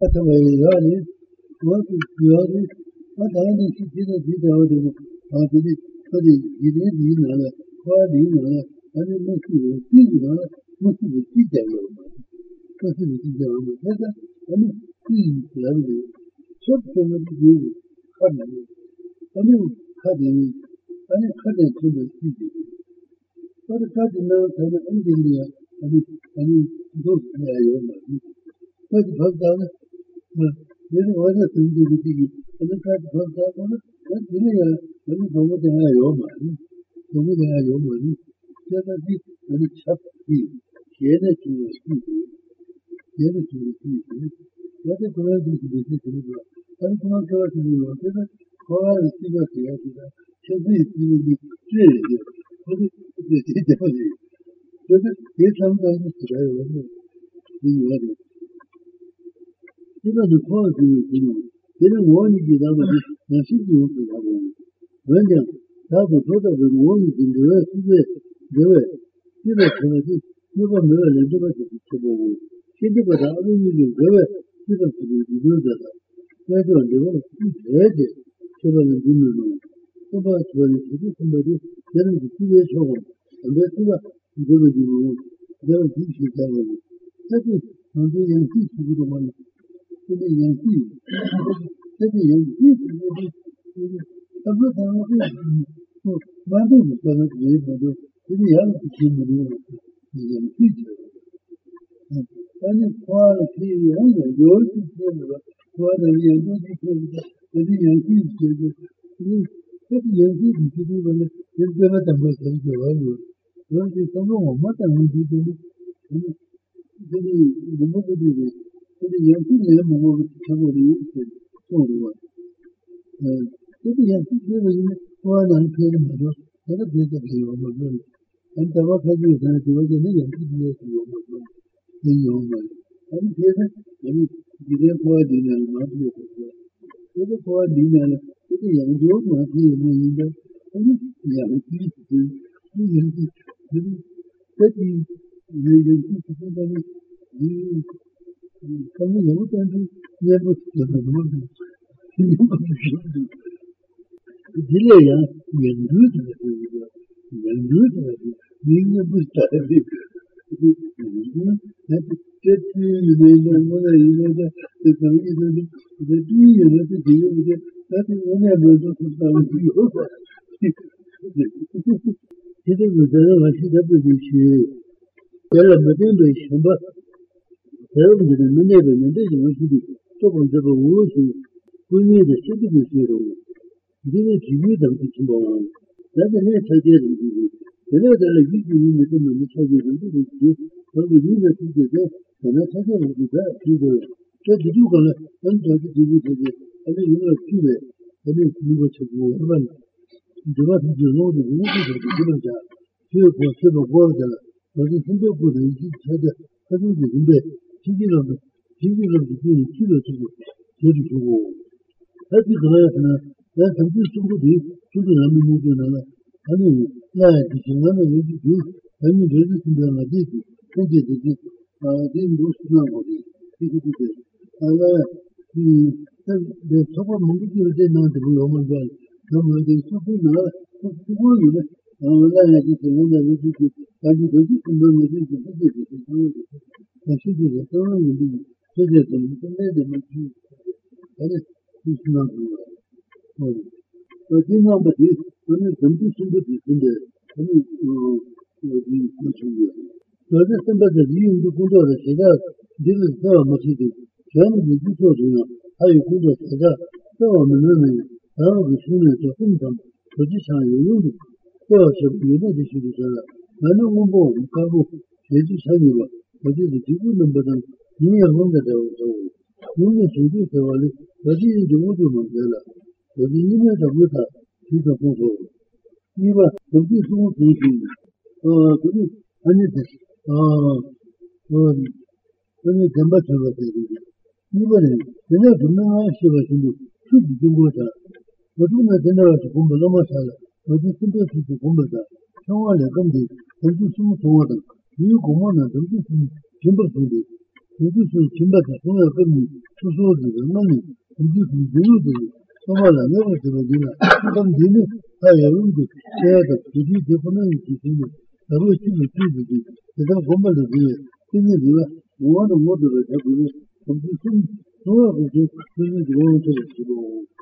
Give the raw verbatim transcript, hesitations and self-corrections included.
Atamayani, what is the Adani Sita Dita, Adidi, Adi, Dina, Quadina, and it must be Tina, must be Tita, must be Tita, and it's Queen, lovely. Something to do, cutting, a new cutting, and a cutting to the city. But a cutting now and an engineer, and it's those there. But the then what is the thing? And the cat comes out on it. But you know, let me go with the eye of money. Go with the eye of money. Get a bit and a chap tea. Get it to a speaker. Get it to a speaker. What a great business to do. I'm not sure to do whatever. Call a speaker here. Should be really true. What is the devil? Get sometimes to try over. The 이거는 포함되는 이런 원인이 나오면 다시 좋게 하고 왜냐 나도 저도 원인이 된거에 이게 왜 이게 그러지 이거 내가 내가 지켜보고 신경보다 아무리 왜 이거 지금 이거잖아 그래서 내가 해야지 저거는 눈으로 또봐 저거는 지금 somebody 내가 집에 저거 내가 이거를 지금 내가 지시하고 사실 먼저 양 지시로 만这个演戏，这个演戏，他不他们是，我蛮多不可能演不到，这个样子听不到，演戏去了。嗯，反正花了可以演演，有时听不到，花了演都去听不到，这个演戏去的，因为这个演戏你知道吗？人家那怎么怎么讲了？而且他们我们怎么知道呢？嗯，这里我们不知道。这个演戏呢，我们全部的一些做的话，嗯，这个演戏这个因为我能拍的很多，这个拍的很有么子，俺在我拍剧上，就我觉得演戏也是有么子，很有么子，俺拍的，俺们今天过年了，马上就过年，这个过年了，这个演究嘛，是有么应该，俺们演戏是，这演戏，这个这个演戏是现在的，嗯。他们有的人也不是很多的，也不是很多。这类人演剧的这个演剧的，人家不是在这个，这嗯，那这这那那我那那那这等于这这这对呀，那这这个这，但是我那边都是当旅游的，这个有的人还是在不进去，原来没定对什么。여러분들은 문제가 있는데 지금 조금 더 무엇이 군의의 시대가 있어요. 이게 기회가 되는 거. 나도 내 차지에 되는 거. 내가 달 이기는 게 너무 차지에 되는 거. 그리고 이제 시대에 내가 차지에 되는 거. 그리고 저 지구가는 완전히 지구되게 아니 이거 필요해. 아니 이거 저거 얼마나 내가 진짜 너무 너무 그런 자. 그 뭐서 뭐잖아. 어디 생각보다 이게 차지 가지고 있는데 지기는 지기는 지기는 키로 주고 제일 주고 하여튼 그거는 내 정신 중국이 중국 남는 거는 아니 나 지금은 여기 그 아니 저기 근데 어디 근데 저기 아 지금 무슨 거지 이거 이제 아나 그 저거 문제를 내는데 뭐 너무 잘 너무 이제 수고나 수고이네 아 나는 지금 내가 여기 아니 저기 근데 어디 저기 다시 이제 저는 이제 저게 좀 근데 좀 아니 무슨 말이야 어 어디나 뭐지 저는 전부 신고도 있는데 아니 어 여기 무슨이야 저게 선배들 이용도 공부를 제가 늘을 더 못해도 저는 이제做중요还有工作제가 또 없는 다음 그 수는 조금 더 거기서 요용도 또 저기도 되시잖아 나는 공부 못하고 제주 살이와 어디서 지구 넘버는 이해가 문제되고 이게 중국 대화를 어디 정도도 문제라 어디 님에서 못하 지도 공부 이봐 여기 수고 중심 어 그게 아니지 어어 저는 전부 저거 되지 이번에 내가 분명히 시험을 수지 정보다 어디나 되나서 공부 너무 잘 어디 심표수 공부다 평화를 검지 전주 수무 동화다 이 공원은 전주 수무 전부 소리 전주 수 전부다 동화 검지 수소들은 많이 우리 부족도 정말 내가 되는 그런 데는 다 여러분들 제가 굳이 대표는 지금 바로 지금 주지 제가 공부를 해 근데 내가 뭐하는 모드를 해도 좀 좋아하고 좀 그런 거